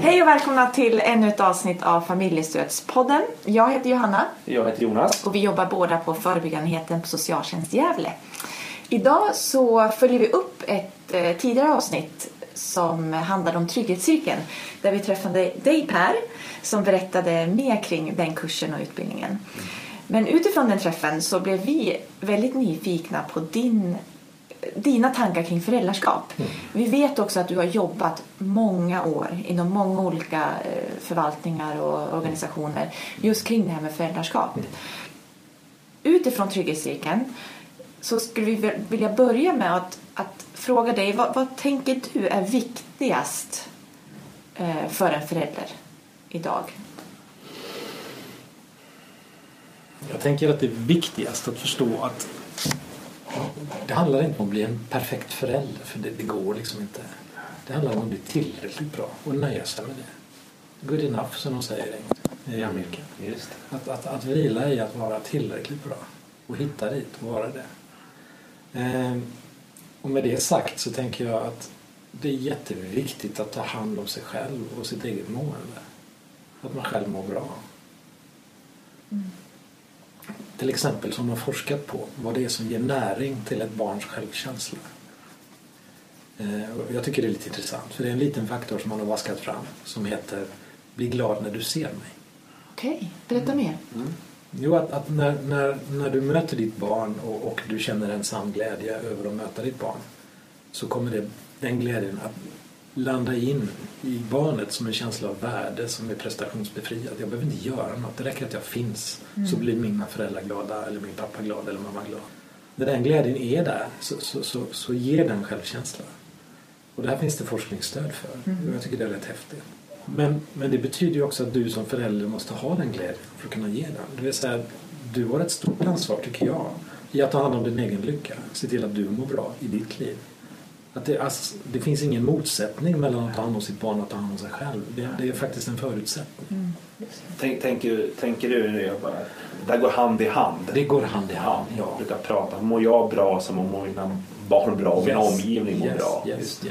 Hej och välkomna till ännu ett avsnitt av Familjestödspodden. Jag heter Johanna. Jag heter Jonas. Och vi jobbar båda på förebyggandenheten på Socialtjänst Gävle. Idag så följer vi upp ett tidigare avsnitt som handlade om trygghetscirkeln. Där vi träffade dig, Per, som berättade mer kring den kursen och utbildningen. Men utifrån den träffen så blev vi väldigt nyfikna på dina tankar kring föräldraskap. Vi vet också att du har jobbat många år inom många olika förvaltningar och organisationer just kring det här med föräldraskap. Utifrån trygghetscirkeln så skulle vi vilja börja med att fråga dig, vad tänker du är viktigast för en förälder idag? Jag tänker att det är viktigast att förstå att det handlar inte om att bli en perfekt förälder, för det går liksom inte. Det handlar om att bli tillräckligt bra och nöja sig med det. Good enough, som de säger i Amerika. Just. Att vila i att vara tillräckligt bra och hitta dit och vara det. Och med det sagt så tänker jag att det är jätteviktigt att ta hand om sig själv och sitt eget mående. Att man själv mår bra. Till exempel som man har forskat på vad det är som ger näring till ett barns självkänsla. Jag tycker det är lite intressant, för det är en liten faktor som man har vaskat fram som heter bli glad när du ser mig. Okej, berätta mer. Jo, att när du möter ditt barn och du känner en sann glädje över att möta ditt barn, så kommer den glädjen att landa in i barnet som en känsla av värde som är prestationsbefriad. Jag behöver inte göra något, det räcker att jag finns. Så blir mina föräldrar glada, eller min pappa glad, eller mamma glad. När den glädjen är där så ger den självkänsla. Och det här finns det forskningsstöd för. Och jag tycker det är rätt häftigt. Men det betyder ju också att du som förälder måste ha den glädjen för att kunna ge den. Det vill säga, du har ett stort ansvar, tycker jag, i att ta hand om din egen lycka. Se till att du mår bra i ditt liv. Att det finns ingen motsättning mellan att ta hand om sitt barn och att ta hand om sig själv. Det är faktiskt en förutsättning. Tänker du det bara? Det går hand i hand. Det går hand i hand, ja. Jag brukar prata. Mår jag bra så mår mina barn bra och min omgivning mår bra. Yes.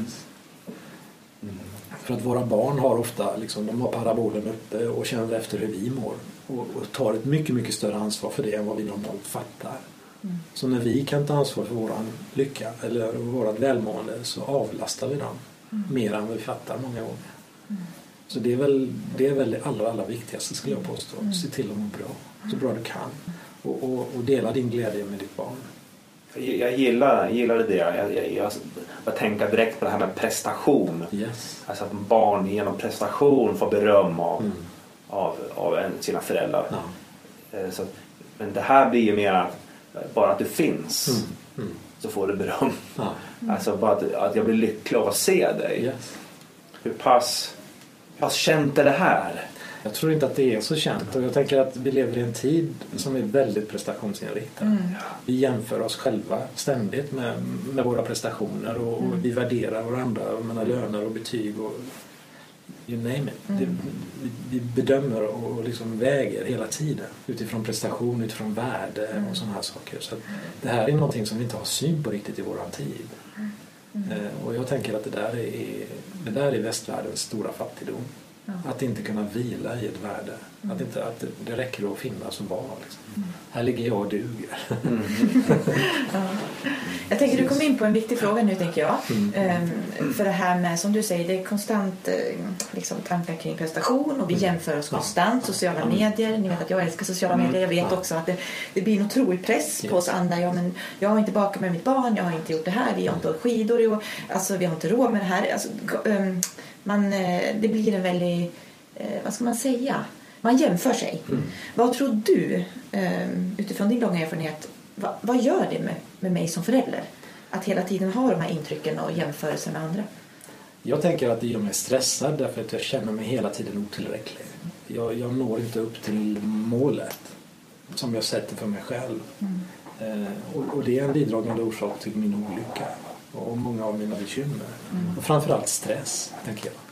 För att våra barn har ofta, de har parabolen uppe och känner efter hur vi mår. Och tar ett mycket, mycket större ansvar för det än vad vi normalt fattar. Så när vi kan ta ansvar för våran lycka eller vårat välmående så avlastar vi dem mer än vi fattar många gånger. Så det är väl det allra viktigaste, skulle jag påstå. Se till att må bra, så bra du kan. Och dela din glädje med ditt barn. Jag gillade det. Jag tänker direkt på det här med prestation. Yes. Alltså att barn genom prestation får beröm av sina föräldrar. Så, men det här blir ju mer bara att du finns så får du beröm. Alltså bara att jag blir lycklig av att se dig. Yes. Hur pass känt är det här? Jag tror inte att det är så känt, och jag tänker att vi lever i en tid som är väldigt prestationsinriktad. Vi jämför oss själva ständigt med våra prestationer och vi värderar varandra med löner och betyg och you name it. Vi bedömer och väger hela tiden utifrån prestation, utifrån värde och sådana här saker. Så att det här är någonting som vi inte har syn på riktigt i våran tid. Och jag tänker att det där är västvärldens stora fattigdom. Att inte kunna vila i ett värde. Att det räcker att finnas och vara. Här ligger jag och duger. Jag tänker du kom in på en viktig fråga nu, tänker jag. För det här med, som du säger, det är konstant tankar kring prestation och vi jämför oss konstant. Sociala medier, ni vet att jag älskar sociala medier. Jag vet också att det blir en otrolig press på oss andra. Jag har inte bakat med mitt barn, jag har inte gjort det här, vi har inte åkt skidor i år. Alltså vi har inte råd med det här. Alltså, det blir en väldigt, vad ska man säga? Man jämför sig. Vad tror du, utifrån din långa erfarenhet, vad gör det med mig som förälder? Att hela tiden ha de här intrycken och jämförelser med andra? Jag tänker att det gör mig stressad därför att jag känner mig hela tiden otillräcklig. Jag når inte upp till målet som jag sätter för mig själv. Och det är en bidragande orsak till min olycka och många av mina bekymmer. Och framförallt stress, tänker jag.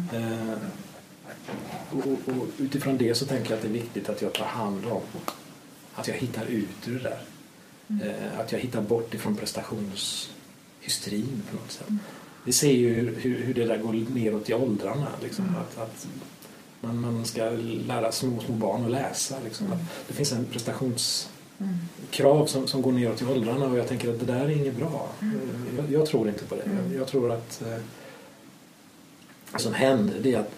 Och utifrån det så tänker jag att det är viktigt att jag tar hand om att jag hittar ut ur det där. Att jag hittar bort ifrån prestationshysterin på något sätt. Vi ser ju hur det där går neråt i åldrarna. Liksom, att man ska lära små barn att läsa. Liksom, att det finns en prestationskrav som går neråt i åldrarna, och jag tänker att det där är inget bra. Jag tror inte på det. Jag tror att det som händer, det är att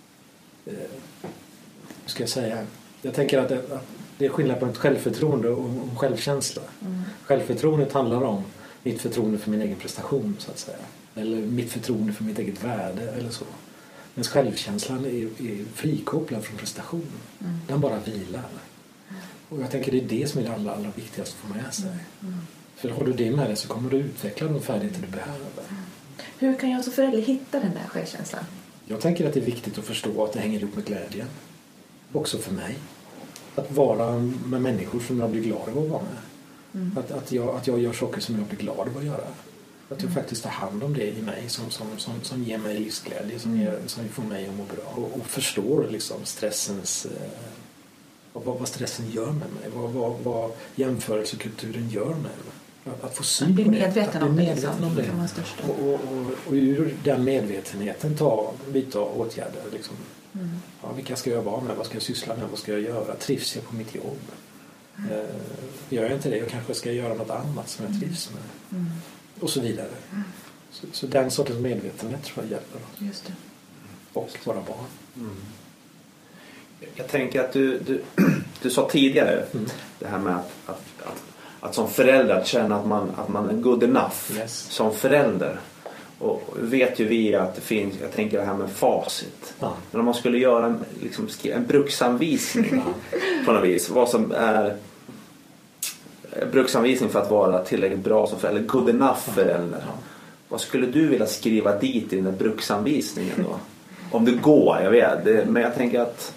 ska jag säga, jag tänker att det är skillnad på ett självförtroende och självkänsla. Självförtroendet handlar om mitt förtroende för min egen prestation, så att säga. Eller mitt förtroende för mitt eget värde eller så. Men självkänslan är frikopplad från prestation. Den bara vilar. Och jag tänker det är det som är det allra viktigaste att få med sig. För har du det med dig så kommer du utveckla de färdigheter du behöver. Hur kan jag som förälder hitta den där självkänslan? Jag tänker att det är viktigt att förstå att det hänger ihop med glädjen. Också för mig. Att vara med människor som jag blir glad av att vara med. Att jag gör saker som jag blir glad av att göra. Att jag faktiskt tar hand om det i mig som ger mig livsglädje, som får mig att må bra. Och förstår liksom stressens... vad stressen gör med mig. Vad jämförelsekulturen gör med mig. Att få syn på det. Medveten om det. Och ur den medvetenheten vidta åtgärder. Liksom. Ja, vilka ska jag vara med? Vad ska jag syssla med? Vad ska jag göra? Trivs jag på mitt jobb? Gör jag inte det? Jag kanske ska göra något annat som jag trivs med. Och så vidare. Så den sortens medvetenhet tror jag hjälper. Just det. Och våra barn. Jag tänker att du sa tidigare det här med att som förälder att känna att man är good enough som förälder. Och vet ju vi att det finns, jag tänker det här med facit. Men om man skulle göra en bruksanvisning på något vis, vad som är bruksanvisning för att vara tillräckligt bra som förälder, good enough förälder. Vad skulle du vilja skriva dit i den där bruksanvisningen då? Om det går, jag vet. Men jag tänker att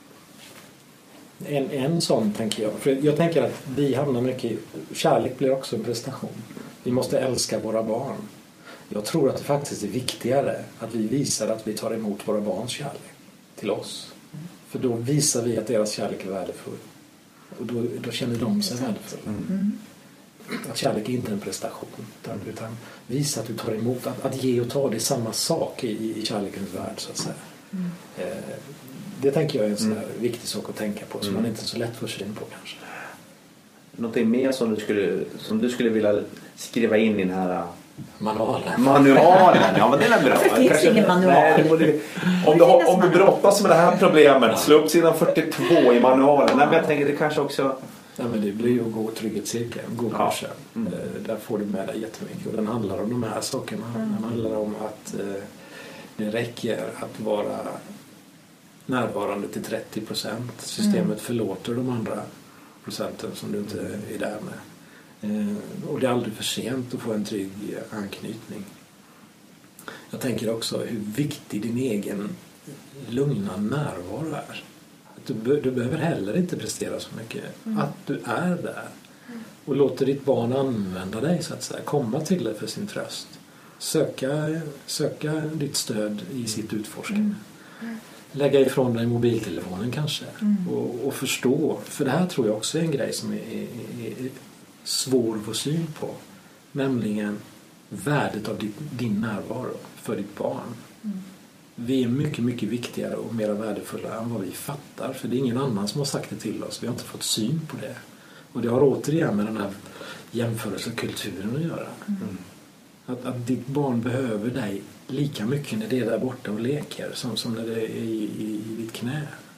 en sån tänker jag. För jag tänker att vi hamnar mycket i... Kärlek blir också en prestation. Vi måste älska våra barn. Jag tror att det faktiskt är viktigare att vi visar att vi tar emot våra barns kärlek till oss. För då visar vi att deras kärlek är värdefull. Och då känner de sig värdefulla. Att kärlek är inte en prestation. Utan visa att du tar emot. Att ge och ta, det är samma sak i kärlekens värld, så att säga. Det tänker jag är en sån här viktig sak att tänka på. Som man inte så lätt får syn på kanske. Någonting mer som du skulle vilja skriva in i den här manualen. Ja, men det är bra. Det finns ingen manual. Nej, om du brottas med det här problemet, slå upp sidan 42 i manualen. Nej, men jag tänker det kanske också... Ja, men det blir ju att gå trygghetscirkeln, gå kursen. Där får du med dig jättemycket. Och den handlar om de här sakerna. Den handlar om att det räcker att vara närvarande till 30%. Systemet förlåter de andra procenten som du inte är där med. Och det är aldrig för sent att få en trygg anknytning. Jag tänker också hur viktig din egen lugna närvaro är. Du behöver heller inte prestera så mycket. Att du är där. Och låter ditt barn använda dig, så att säga. Komma till dig för sin tröst. Söka ditt stöd i sitt utforskande. Lägga ifrån dig mobiltelefonen kanske. Och förstå. För det här tror jag också är en grej som är svår att få syn på. Nämligen värdet av din närvaro för ditt barn. Vi är mycket, mycket viktigare och mer värdefulla än vad vi fattar. För det är ingen annan som har sagt det till oss. Vi har inte fått syn på det. Och det har återigen med den här jämförelsekulturen att göra. Att ditt barn behöver dig lika mycket när det är där borta och leker som när det är i ditt knä.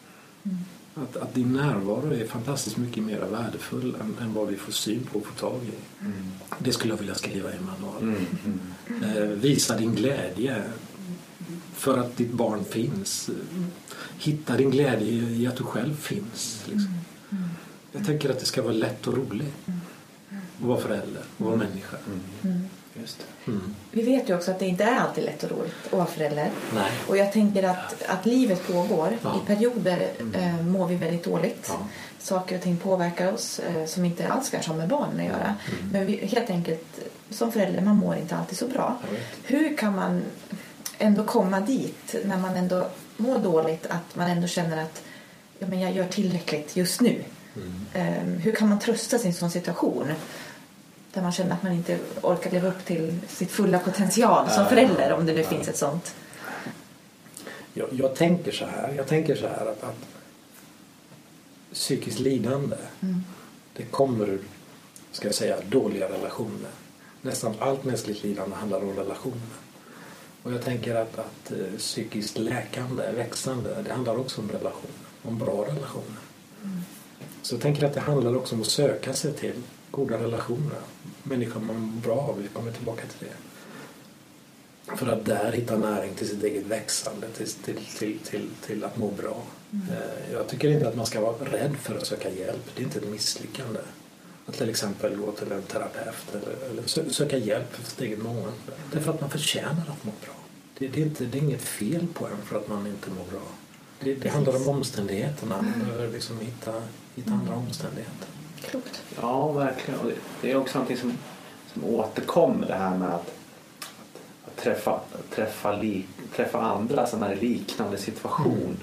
Att din närvaro är fantastiskt mycket mer värdefull än vad vi får syn på och får tag i. Det skulle jag vilja skriva i manualen. Visa din glädje för att ditt barn finns. Hitta din glädje i att du själv finns. Liksom. Jag tänker att det ska vara lätt och roligt att vara förälder och vara människa. Just det. Vi vet ju också att det inte är alltid lätt och roligt att vara förälder. Nej. Och jag tänker att livet pågår. I perioder mår vi väldigt dåligt. Saker och ting påverkar oss som inte alls kanske har med barnen att göra. Men vi, helt enkelt, som förälder, man mår inte alltid så bra. Hur kan man ändå komma dit när man ändå mår dåligt, att man ändå känner att men jag gör tillräckligt just nu? Hur kan man trösta sin sån situation? där man känner att man inte orkar leva upp till sitt fulla potential som förälder, om det nu finns ett sånt? Jag tänker så här att psykiskt lidande, det kommer ur, ska jag säga, dåliga relationer. Nästan allt mänskligt lidande handlar om relationer. Och jag tänker att psykiskt läkande, växande, det handlar också om relationer, om bra relationer. Så jag tänker att det handlar också om att söka sig till goda relationer. Människor man bra av, vi kommer tillbaka till det. För att där hitta näring till sitt eget växande, till att må bra. Jag tycker inte att man ska vara rädd för att söka hjälp. Det är inte ett misslyckande. Att till exempel gå till en terapeut eller söka hjälp för sitt eget mående. Därför att man förtjänar att må bra. Det är inget fel på en för att man inte mår bra. Det handlar om omständigheterna. Man behöver liksom hitta andra omständigheter. Klokt. Ja, verkligen. Och det är också någonting som återkommer, det här med att träffa andra som är i liknande situation.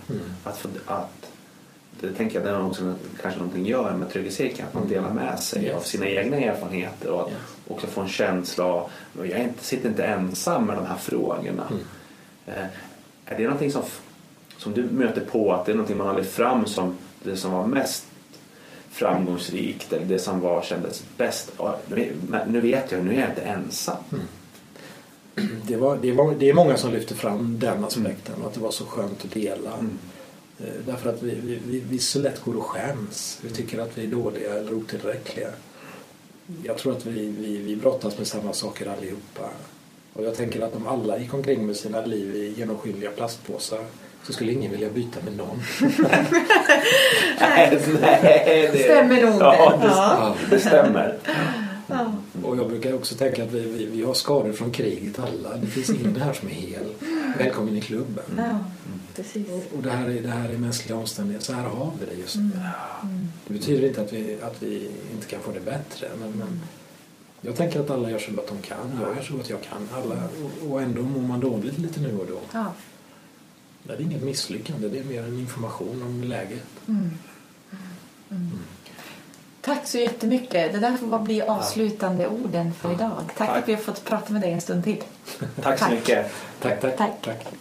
Det tänker jag, det är också kanske någonting gör med trygghetscirkeln, att man delar med sig av sina egna erfarenheter och att också få en känsla av att jag sitter inte ensam med de här frågorna. Är det någonting som du möter på, att det är någonting man har lyft fram som det som var mest framgångsrikt eller det som kändes bäst? Nu vet jag, nu är jag inte ensam. Det är många som lyfter fram den aspekten och att det var så skönt att dela. Därför att vi så lätt går och skäms. Vi tycker att vi är dåliga eller otillräckliga. Jag tror att vi brottas med samma saker allihopa. Och jag tänker att om alla gick omkring med sina liv i genomskinliga plastpåsar så skulle ingen vilja byta med någon. Nej, det stämmer nog. Ja, det stämmer. Och jag brukar också tänka att vi har skador från kriget alla. Det finns ingen här som är hel. Välkommen i klubben. Ja, precis. Och det här är mänskliga omständigheter. Så här har vi det just nu. Det betyder inte att vi inte kan få det bättre. Men jag tänker att alla gör så gott de kan. Jag gör så gott jag kan. Alla, och ändå mår man dåligt lite nu och då. Ja. Det är inget misslyckande. Det är mer en information om läget. Tack så jättemycket. Det där får bli avslutande orden för idag. Tack att vi har fått prata med dig en stund till. Tack så mycket. Tack.